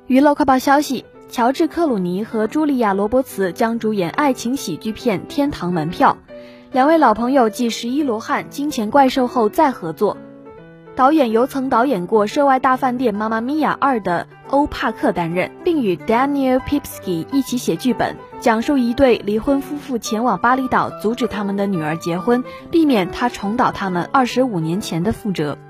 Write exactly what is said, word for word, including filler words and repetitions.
娱乐快报消息，乔治·克鲁尼和茱莉亚·罗伯茨将主演爱情喜剧片《天堂门票》。两位老朋友继《十一罗汉》《金钱怪兽》后再合作。导演由曾导演过《涉外大饭店妈妈咪呀二》的欧·帕克担任，并与 Daniel Pipsky 一起写剧本，讲述一对离婚夫妇前往巴厘岛阻止他们的女儿结婚，避免她重蹈他们二十五年前的覆辙。